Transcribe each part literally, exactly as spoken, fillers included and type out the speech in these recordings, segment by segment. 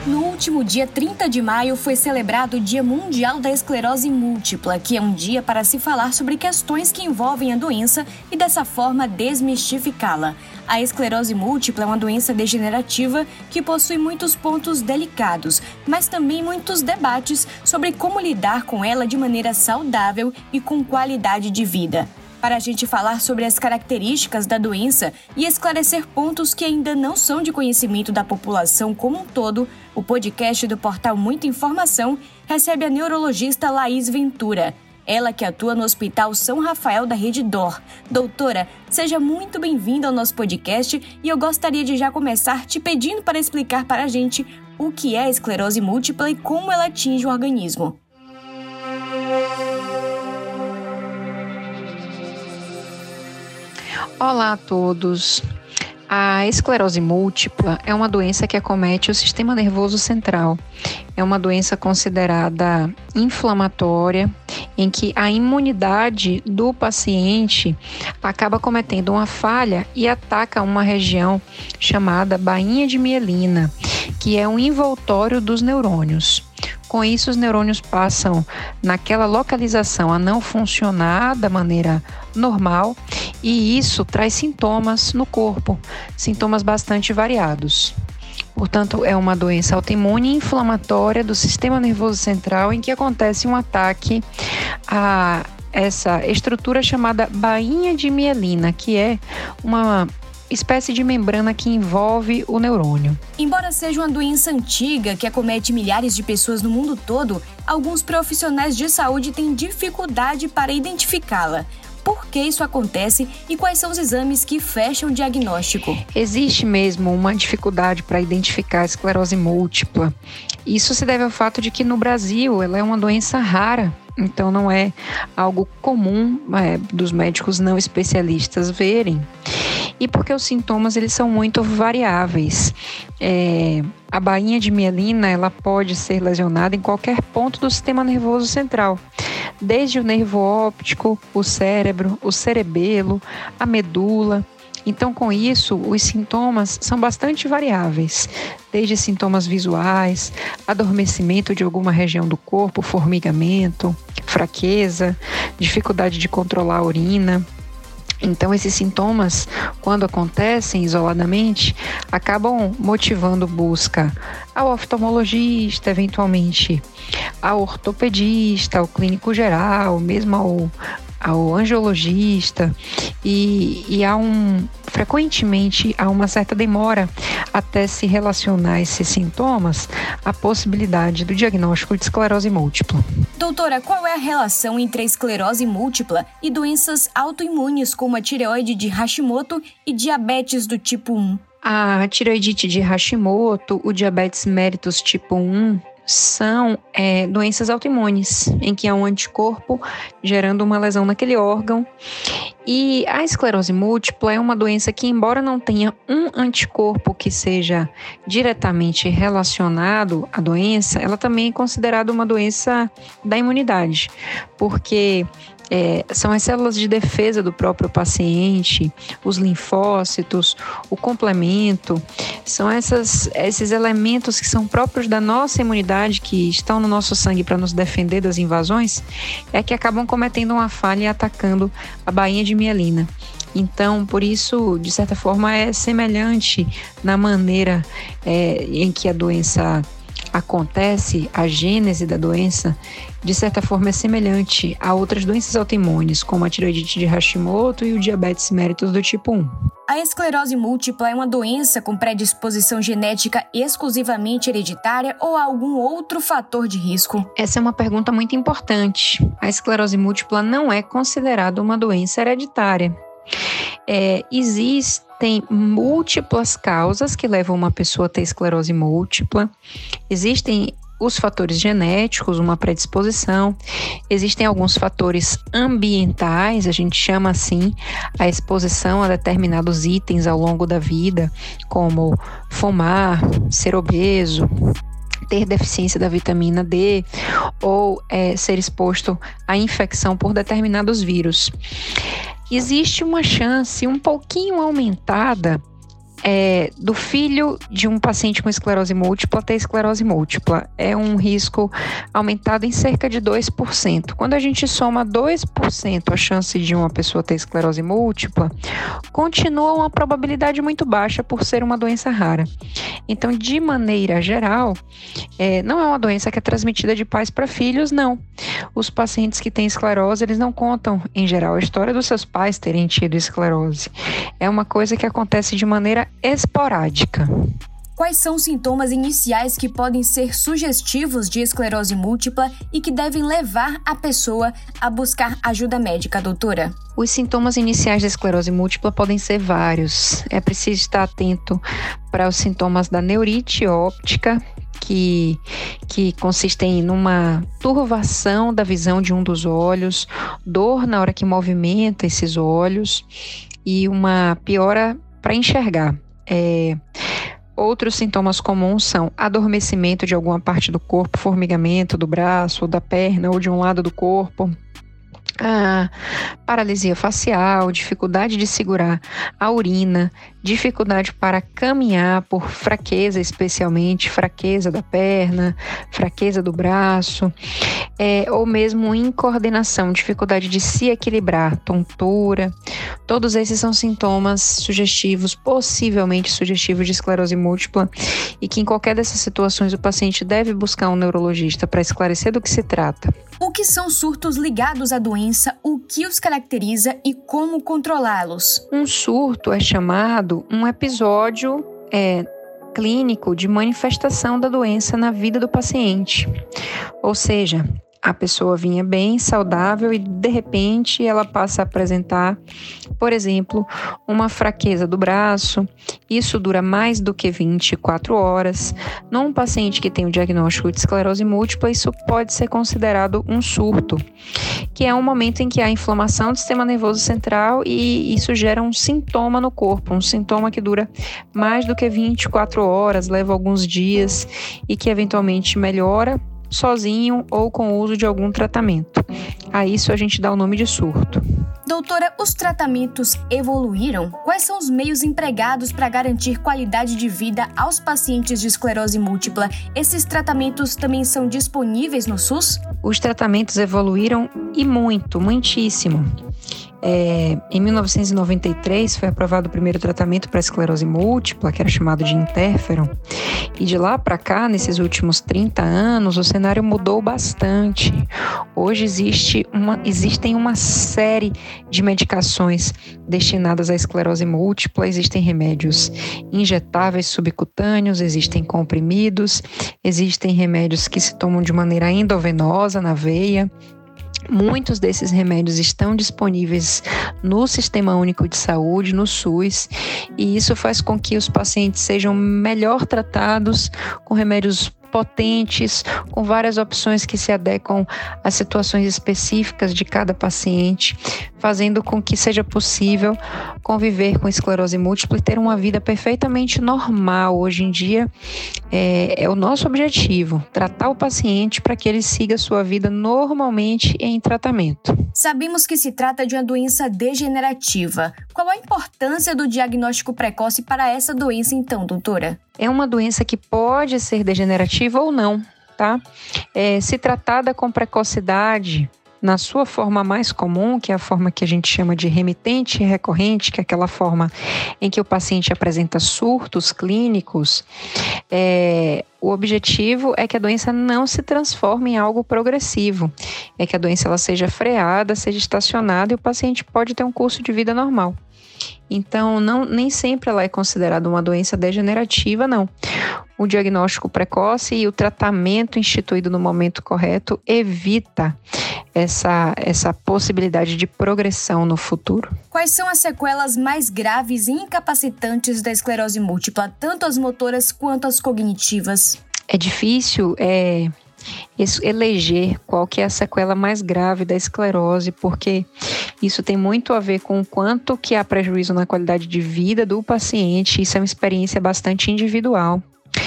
No último dia trinta de maio foi celebrado o Dia Mundial da Esclerose Múltipla, que é um dia para se falar sobre questões que envolvem a doença e, dessa forma, desmistificá-la. A esclerose múltipla é uma doença degenerativa que possui muitos pontos delicados, mas também muitos debates sobre como lidar com ela de maneira saudável e com qualidade de vida. Para a gente falar sobre as características da doença e esclarecer pontos que ainda não são de conhecimento da população como um todo, o podcast do portal Muita Informação recebe a neurologista Laís Ventura. Ela que atua no Hospital São Rafael da Rede D O R. Doutora, seja muito bem-vinda ao nosso podcast e eu gostaria de já começar te pedindo para explicar para a gente o que é a esclerose múltipla e como ela atinge o organismo. Olá a todos. A esclerose múltipla é uma doença que acomete o sistema nervoso central. É uma doença considerada inflamatória, em que a imunidade do paciente acaba cometendo uma falha e ataca uma região chamada bainha de mielina, que é um envoltório dos neurônios. Com isso, os neurônios passam naquela localização a não funcionar da maneira normal e isso traz sintomas no corpo, sintomas bastante variados. Portanto, é uma doença autoimune inflamatória do sistema nervoso central em que acontece um ataque a essa estrutura chamada bainha de mielina, que é uma espécie de membrana que envolve o neurônio. Embora seja uma doença antiga que acomete milhares de pessoas no mundo todo, alguns profissionais de saúde têm dificuldade para identificá-la. Por que isso acontece e quais são os exames que fecham o diagnóstico? Existe mesmo uma dificuldade para identificar a esclerose múltipla. Isso se deve ao fato de que no Brasil ela é uma doença rara. Então não é algo comum é, dos médicos não especialistas verem. E porque os sintomas eles são muito variáveis. É, a bainha de mielina ela pode ser lesionada em qualquer ponto do sistema nervoso central, desde o nervo óptico, o cérebro, o cerebelo, a medula. Então, com isso, os sintomas são bastante variáveis, desde sintomas visuais, adormecimento de alguma região do corpo, formigamento, fraqueza, dificuldade de controlar a urina. Então, esses sintomas, quando acontecem isoladamente, acabam motivando busca ao oftalmologista, eventualmente ao ortopedista, ao clínico geral, mesmo ao, ao angiologista, e, e há um, frequentemente há uma certa demora até se relacionar esses sintomas à possibilidade do diagnóstico de esclerose múltipla. Doutora, qual é a relação entre a esclerose múltipla e doenças autoimunes como a tireoide de Hashimoto e diabetes do tipo um? A tireoidite de Hashimoto, o diabetes mellitus tipo um, são é, doenças autoimunes, em que há um anticorpo gerando uma lesão naquele órgão. E a esclerose múltipla é uma doença que, embora não tenha um anticorpo que seja diretamente relacionado à doença, ela também é considerada uma doença da imunidade, porque É, são as células de defesa do próprio paciente, os linfócitos, o complemento, são essas, esses elementos que são próprios da nossa imunidade, que estão no nosso sangue para nos defender das invasões, é que acabam cometendo uma falha e atacando a bainha de mielina. Então, por isso, de certa forma, é semelhante na maneira é, em que a doença acontece, a gênese da doença, de certa forma é semelhante a outras doenças autoimunes, como a tireoidite de Hashimoto e o diabetes mellitus do tipo um. A esclerose múltipla é uma doença com predisposição genética exclusivamente hereditária ou há algum outro fator de risco? Essa é uma pergunta muito importante. A esclerose múltipla não é considerada uma doença hereditária. É, existem múltiplas causas que levam uma pessoa a ter esclerose múltipla. Existem os fatores genéticos, uma predisposição. Existem alguns fatores ambientais, a gente chama assim a exposição a determinados itens ao longo da vida, como fumar, ser obeso, ter deficiência da vitamina D ou é, ser exposto à infecção por determinados vírus. Existe uma chance um pouquinho aumentada é, do filho de um paciente com esclerose múltipla ter esclerose múltipla. É um risco aumentado em cerca de dois por cento. Quando a gente soma dois por cento a chance de uma pessoa ter esclerose múltipla, continua uma probabilidade muito baixa por ser uma doença rara. Então, de maneira geral, é, não é uma doença que é transmitida de pais para filhos, não. Os pacientes que têm esclerose, eles não contam, em geral, a história dos seus pais terem tido esclerose. É uma coisa que acontece de maneira esporádica. Quais são os sintomas iniciais que podem ser sugestivos de esclerose múltipla e que devem levar a pessoa a buscar ajuda médica, doutora? Os sintomas iniciais da esclerose múltipla podem ser vários. É preciso estar atento para os sintomas da neurite óptica, que, que consistem numa turvação da visão de um dos olhos, dor na hora que movimenta esses olhos e uma piora para enxergar. É... Outros sintomas comuns são adormecimento de alguma parte do corpo, formigamento do braço ou da perna ou de um lado do corpo, a paralisia facial, dificuldade de segurar a urina, dificuldade para caminhar por fraqueza, especialmente fraqueza da perna, fraqueza do braço, é, ou mesmo incoordenação, dificuldade de se equilibrar, tontura. Todos esses são sintomas sugestivos, possivelmente sugestivos de esclerose múltipla, e que em qualquer dessas situações o paciente deve buscar um neurologista para esclarecer do que se trata. O que são surtos ligados à doença, o que os caracteriza e como controlá-los? Um surto é chamado um episódio é, clínico de manifestação da doença na vida do paciente. Ou seja, a pessoa vinha bem, saudável e de repente ela passa a apresentar, por exemplo, uma fraqueza do braço. Isso dura mais do que vinte e quatro horas. Num paciente que tem o diagnóstico de esclerose múltipla, isso pode ser considerado um surto, que é um momento em que há inflamação do sistema nervoso central e isso gera um sintoma no corpo, um sintoma que dura mais do que vinte e quatro horas, leva alguns dias e que eventualmente melhora sozinho ou com o uso de algum tratamento. A isso a gente dá o nome de surto. Doutora, os tratamentos evoluíram? Quais são os meios empregados para garantir qualidade de vida aos pacientes de esclerose múltipla? Esses tratamentos também são disponíveis no SUS? Os tratamentos evoluíram e muito, muitíssimo. É, em mil novecentos e noventa e três foi aprovado o primeiro tratamento para esclerose múltipla, que era chamado de interferon. E de lá para cá, nesses últimos trinta anos, o cenário mudou bastante. Hoje existe uma, existem uma série de medicações destinadas à esclerose múltipla. Existem remédios injetáveis subcutâneos, existem comprimidos, existem remédios que se tomam de maneira endovenosa na veia. Muitos desses remédios estão disponíveis no Sistema Único de Saúde, no SUS, e isso faz com que os pacientes sejam melhor tratados com remédios potentes, com várias opções que se adequam às situações específicas de cada paciente, fazendo com que seja possível conviver com esclerose múltipla e ter uma vida perfeitamente normal. Hoje em dia é, é o nosso objetivo, tratar o paciente para que ele siga a sua vida normalmente em tratamento. Sabemos que se trata de uma doença degenerativa. Qual a importância do diagnóstico precoce para essa doença, então, doutora? É uma doença que pode ser degenerativa ou não, tá? É, se tratada com precocidade, na sua forma mais comum, que é a forma que a gente chama de remitente e recorrente, que é aquela forma em que o paciente apresenta surtos clínicos, é, o objetivo é que a doença não se transforme em algo progressivo, é que a doença ela seja freada, seja estacionada e o paciente pode ter um curso de vida normal. Então, não, nem sempre ela é considerada uma doença degenerativa, não. O diagnóstico precoce e o tratamento instituído no momento correto evita essa, essa possibilidade de progressão no futuro. Quais são as sequelas mais graves e incapacitantes da esclerose múltipla, tanto as motoras quanto as cognitivas? É difícil é, eleger qual que é a sequela mais grave da esclerose, porque isso tem muito a ver com o quanto que há prejuízo na qualidade de vida do paciente. Isso é uma experiência bastante individual.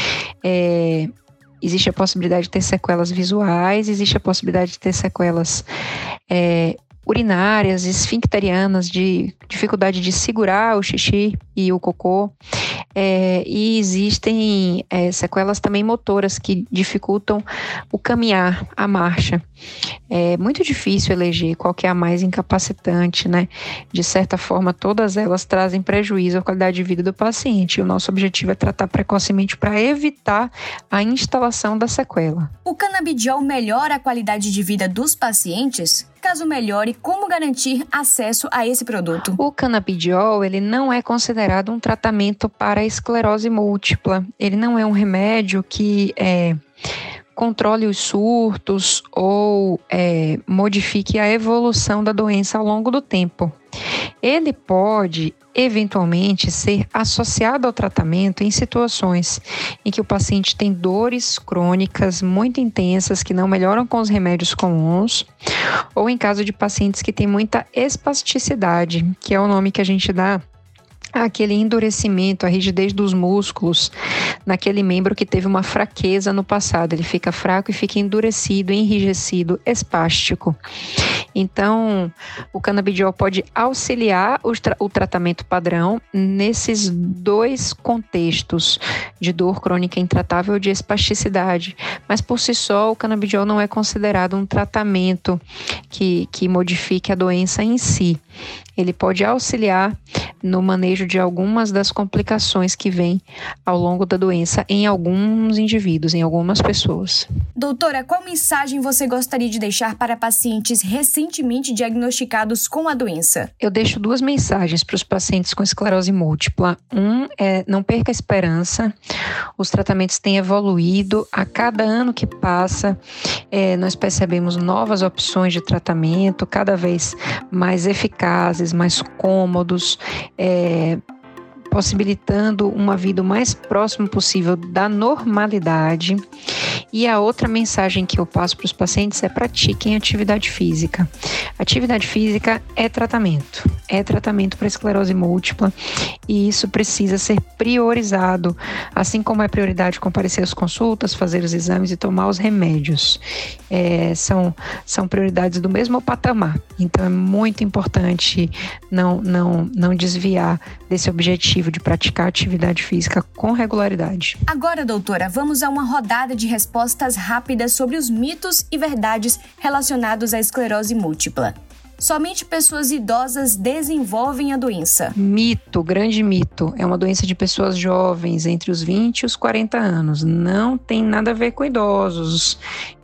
É, existe a possibilidade de ter sequelas visuais, existe a possibilidade de ter sequelas é, urinárias, esfincterianas, de dificuldade de segurar o xixi e o cocô. É, e existem é, sequelas também motoras que dificultam o caminhar, a marcha. É muito difícil eleger qual que é a mais incapacitante, né? De certa forma, todas elas trazem prejuízo à qualidade de vida do paciente. E o nosso objetivo é tratar precocemente para evitar a instalação da sequela. O canabidiol melhora a qualidade de vida dos pacientes? Caso melhore, como garantir acesso a esse produto? O canabidiol, ele não é considerado um tratamento para a esclerose múltipla. Ele não é um remédio que é, controle os surtos ou é, modifique a evolução da doença ao longo do tempo. Ele pode, eventualmente, ser associado ao tratamento em situações em que o paciente tem dores crônicas muito intensas que não melhoram com os remédios comuns, ou em caso de pacientes que têm muita espasticidade, que é o nome que a gente dá aquele endurecimento, a rigidez dos músculos naquele membro que teve uma fraqueza no passado. Ele fica fraco e fica endurecido, enrijecido, espástico. Então, o canabidiol pode auxiliar o, tra- o tratamento padrão nesses dois contextos de dor crônica intratável e de espasticidade. Mas, por si só, o canabidiol não é considerado um tratamento que, que modifique a doença em si. Ele pode auxiliar no manejo de algumas das complicações que vêm ao longo da doença em alguns indivíduos, em algumas pessoas. Doutora, qual mensagem você gostaria de deixar para pacientes recentemente diagnosticados com a doença? Eu deixo duas mensagens para os pacientes com esclerose múltipla. Um é: não perca a esperança. Os tratamentos têm evoluído. A cada ano que passa, é, nós percebemos novas opções de tratamento, cada vez mais eficazes, mais cômodos, é, possibilitando uma vida o mais próximo possível da normalidade. E a outra mensagem que eu passo para os pacientes é: pratiquem atividade física. Atividade física é tratamento, é tratamento para esclerose múltipla, e isso precisa ser priorizado, assim como é prioridade comparecer às consultas, fazer os exames e tomar os remédios. É, são, são prioridades do mesmo patamar, então é muito importante não, não, não desviar desse objetivo de praticar atividade física com regularidade. Agora, doutora, vamos a uma rodada de respostas rápidas sobre os mitos e verdades relacionados à esclerose múltipla. Somente pessoas idosas desenvolvem a doença. Mito, grande mito. É uma doença de pessoas jovens, entre os vinte e os quarenta anos. Não tem nada a ver com idosos.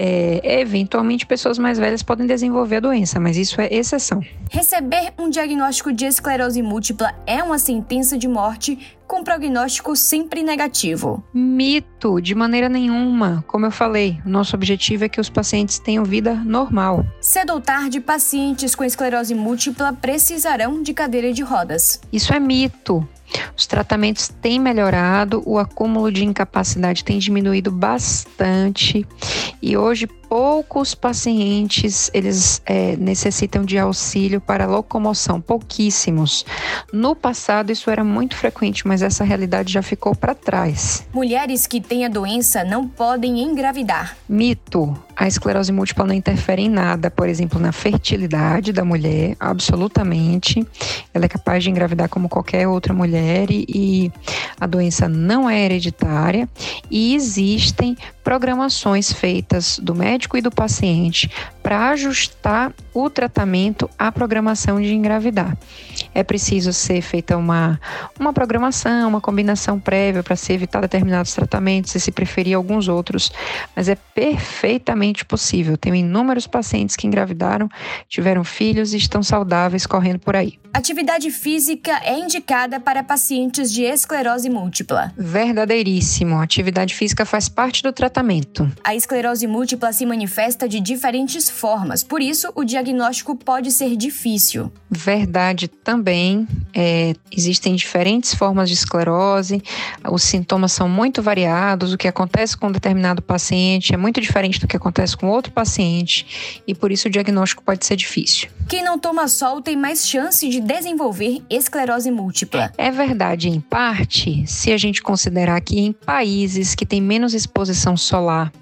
É, eventualmente, pessoas mais velhas podem desenvolver a doença, mas isso é exceção. Receber um diagnóstico de esclerose múltipla é uma sentença de morte com prognóstico sempre negativo. Mito, de maneira nenhuma. Como eu falei, o nosso objetivo é que os pacientes tenham vida normal. Cedo ou tarde, pacientes com esclerose múltipla precisarão de cadeira de rodas. Isso é mito. Os tratamentos têm melhorado, o acúmulo de incapacidade tem diminuído bastante e hoje poucos pacientes eles é, necessitam de auxílio para locomoção, pouquíssimos. No passado isso era muito frequente, mas essa realidade já ficou para trás. Mulheres que têm a doença não podem engravidar. Mito. A esclerose múltipla não interfere em nada, por exemplo, na fertilidade da mulher, absolutamente. Ela é capaz de engravidar como qualquer outra mulher e, e a doença não é hereditária e existem programações feitas do médico e do paciente para ajustar o tratamento à programação de engravidar. É preciso ser feita uma, uma programação, uma combinação prévia para se evitar determinados tratamentos e se preferir alguns outros, mas é perfeitamente possível. Tenho inúmeros pacientes que engravidaram, tiveram filhos e estão saudáveis correndo por aí. Atividade física é indicada para pacientes de esclerose múltipla. Verdadeiríssimo. A atividade física faz parte do tratamento. A esclerose múltipla se manifesta de diferentes formas, por isso o diagnóstico pode ser difícil. Verdade também. É, existem diferentes formas de esclerose, os sintomas são muito variados, o que acontece com um determinado paciente é muito diferente do que acontece com outro paciente e por isso o diagnóstico pode ser difícil. Quem não toma sol tem mais chance de desenvolver esclerose múltipla. É verdade em parte, se a gente considerar que em países que têm menos exposição solar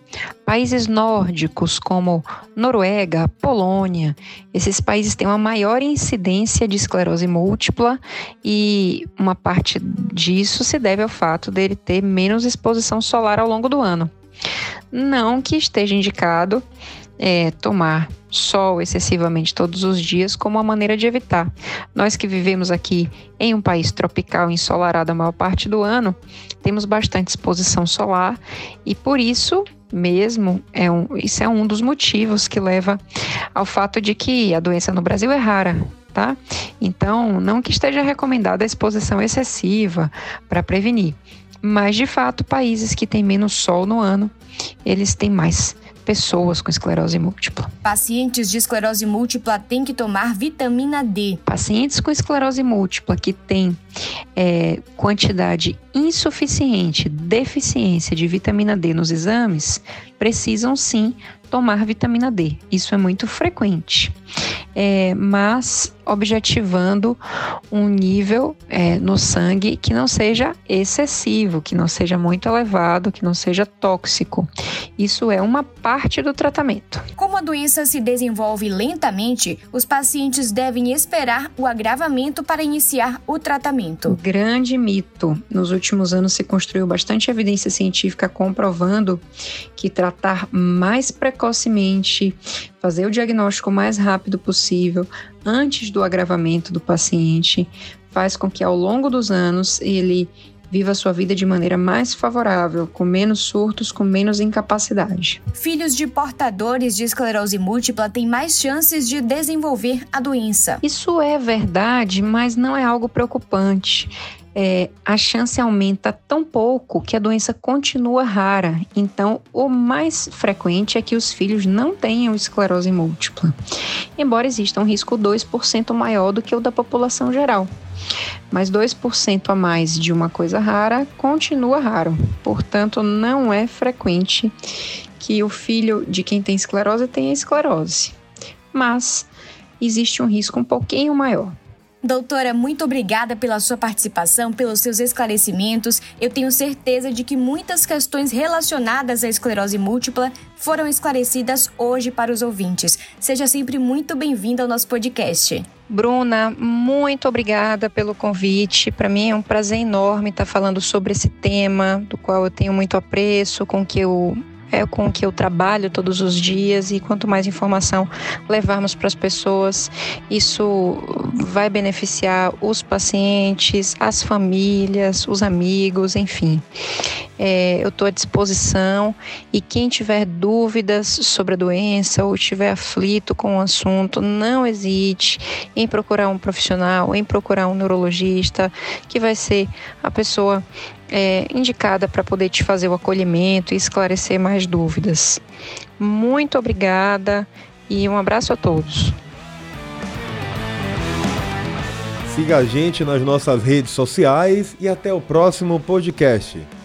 Países nórdicos como Noruega, Polônia, esses países têm uma maior incidência de esclerose múltipla e uma parte disso se deve ao fato dele ter menos exposição solar ao longo do ano. Não que esteja indicado é, tomar sol excessivamente todos os dias como uma maneira de evitar. Nós que vivemos aqui em um país tropical ensolarado a maior parte do ano, temos bastante exposição solar e por isso mesmo, é um, isso é um dos motivos que leva ao fato de que a doença no Brasil é rara, tá? Então, não que esteja recomendada a exposição excessiva para prevenir, mas de fato, países que têm menos sol no ano, eles têm mais pessoas com esclerose múltipla. Pacientes de esclerose múltipla têm que tomar vitamina D. Pacientes com esclerose múltipla que têm é, quantidade insuficiente, deficiência de vitamina D nos exames, precisam sim tomar vitamina D. Isso é muito frequente, é, mas objetivando um nível é, no sangue que não seja excessivo, que não seja muito elevado, que não seja tóxico. Isso é uma parte do tratamento. Como a doença se desenvolve lentamente, os pacientes devem esperar o agravamento para iniciar o tratamento. Grande mito. Nos últimos anos se construiu bastante evidência científica comprovando que tratar mais precocemente, fazer o diagnóstico o mais rápido possível, antes do agravamento do paciente, faz com que ao longo dos anos ele viva a sua vida de maneira mais favorável, com menos surtos, com menos incapacidade. Filhos de portadores de esclerose múltipla têm mais chances de desenvolver a doença. Isso é verdade, mas não é algo preocupante. É, a chance aumenta tão pouco que a doença continua rara. Então, o mais frequente é que os filhos não tenham esclerose múltipla, embora exista um risco dois por cento maior do que o da população geral. Mas dois por cento a mais de uma coisa rara continua raro. Portanto, não é frequente que o filho de quem tem esclerose tenha esclerose. Mas existe um risco um pouquinho maior. Doutora, muito obrigada pela sua participação, pelos seus esclarecimentos. Eu tenho certeza de que muitas questões relacionadas à esclerose múltipla foram esclarecidas hoje para os ouvintes. Seja sempre muito bem-vinda ao nosso podcast. Bruna, muito obrigada pelo convite. Para mim é um prazer enorme estar falando sobre esse tema, do qual eu tenho muito apreço, com que eu é com que eu trabalho todos os dias, e quanto mais informação levarmos para as pessoas, isso vai beneficiar os pacientes, as famílias, os amigos, enfim. É, eu estou à disposição, e quem tiver dúvidas sobre a doença ou estiver aflito com o assunto, não hesite em procurar um profissional, em procurar um neurologista, que vai ser a pessoa É, indicada para poder te fazer o acolhimento e esclarecer mais dúvidas. Muito obrigada e um abraço a todos. Siga a gente nas nossas redes sociais e até o próximo podcast.